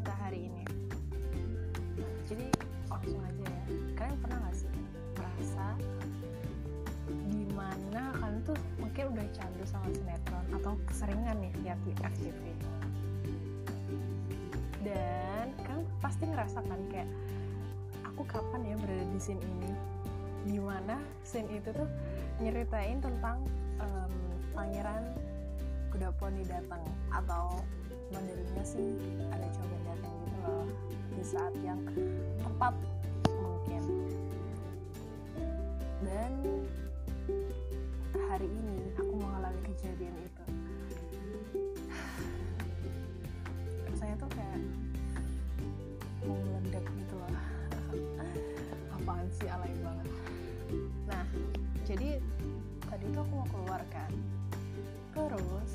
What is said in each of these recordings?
kita hari ini. Jadi langsung aja ya, kalian pernah gak sih merasa dimana kalian tuh mungkin udah candu sama sinetron atau keseringan nih lihat di FTV, dan kalian pasti ngerasakan kayak aku kapan ya berada di scene ini, dimana scene itu tuh nyeritain tentang pangeran kuda poni datang, atau Mandarinnya sih ada coba datang gitu loh di saat yang tepat mungkin. Dan hari ini aku mengalami kejadian itu. Rasanya tuh kayak mau meledak gitu loh. Apaan sih, alay banget. Nah, jadi tadi tuh aku mau keluar kan, terus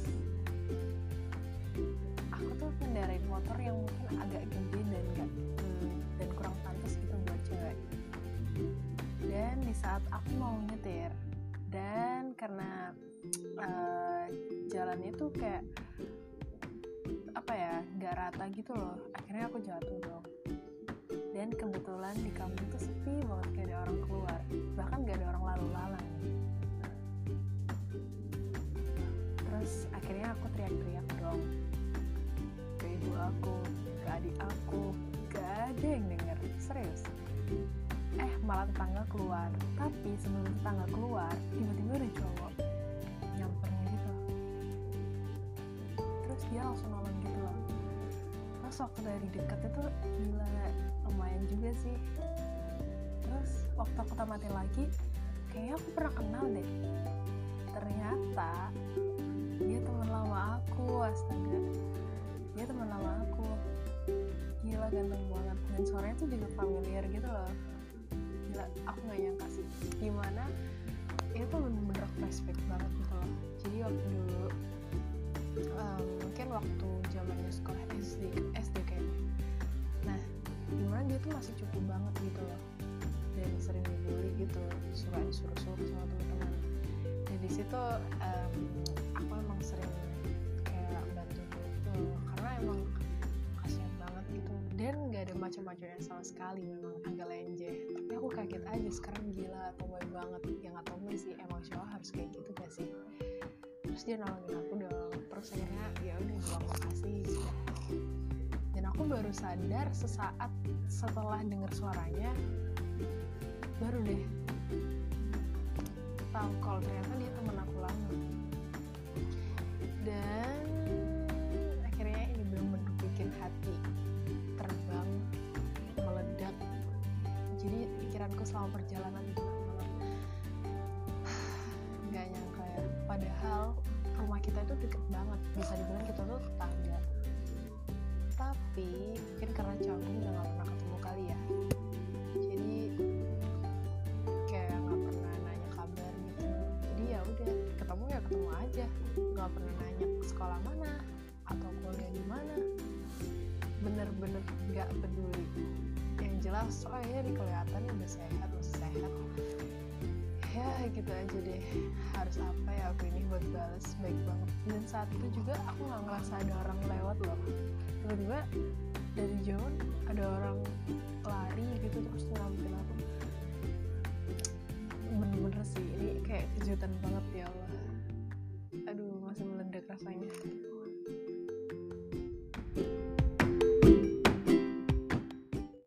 aku tuh ngendarain motor yang mungkin agak gede dan kurang pantas gitu buat cewek. Dan di saat aku mau nyetir, dan karena jalannya tuh kayak apa ya, nggak rata gitu loh, akhirnya aku jatuh dong. Dan kebetulan di kampung tuh sepi banget, gak ada orang keluar, bahkan gak ada orang lalu lalang. Terus akhirnya aku teriak-teriak dong ke ibu aku, ke adik aku, gak ada yang denger, serius. Malah tetangga keluar, tapi sebelum tetangga keluar tiba-tiba ada cowok nyamperin gitu, terus dia langsung nolong gitu loh. Terus waktu dari dekat itu gila, lumayan juga sih. Terus waktu aku tamatin lagi, kayaknya aku pernah kenal deh. Ternyata dia teman lama aku, astaga, dia teman lama aku. Gila, ganteng banget, dan suaranya tuh juga familiar gitu loh. Gila, aku gak nyangka sih gimana itu tuh bener-bener flashback banget gitu loh. Jadi waktu dulu mungkin waktu zamannya sekolah SD kayaknya. Nah, gimana dia tuh masih cukup banget gitu loh, dan sering dibully gitu, suka disuruh-suruh sama teman-teman. Dan di situ aku emang sering kayak bantu gitu, karena emang kasihan banget gitu, dan nggak ada macam-macamnya sama sekali, memang agak lenje. Tapi aku kaget aja sekarang, gila tomboy banget. Ya nggak tomboy sih, emang cowok harus kayak gitu gak sih. Terus dia nolongin aku dong, terus akhirnya ya udah bilang makasih gitu. Dan aku baru sadar sesaat setelah denger suaranya, baru deh tahu kalau ternyata dia teman aku lama. Dan akhirnya ini bener-bener bikin hati terbang, meledak. Jadi pikiranku selama perjalanan itu nggak nyangka ya, padahal rumah kita itu deket banget, bisa dibilang kita tuh tetangga. Tapi mungkin karena canggung udah gak pernah ketemu kali ya, jadi kayak gak pernah nanya kabar gitu. Jadi ya udah, ketemu ya ketemu aja, gak pernah nanya sekolah mana atau kuliah di mana, bener-bener gak peduli. Yang jelas oh ya ini kelihatannya udah sehat, masih sehat. Ya gitu aja deh, harus apa ya aku ini buat balas, baik banget. Dan saat itu juga aku gak ngerasa ada orang lewat loh, tiba-tiba dari jauh ada orang lari gitu terus nyelamatin aku. Bener-bener sih ini kayak kejutan banget, ya Allah.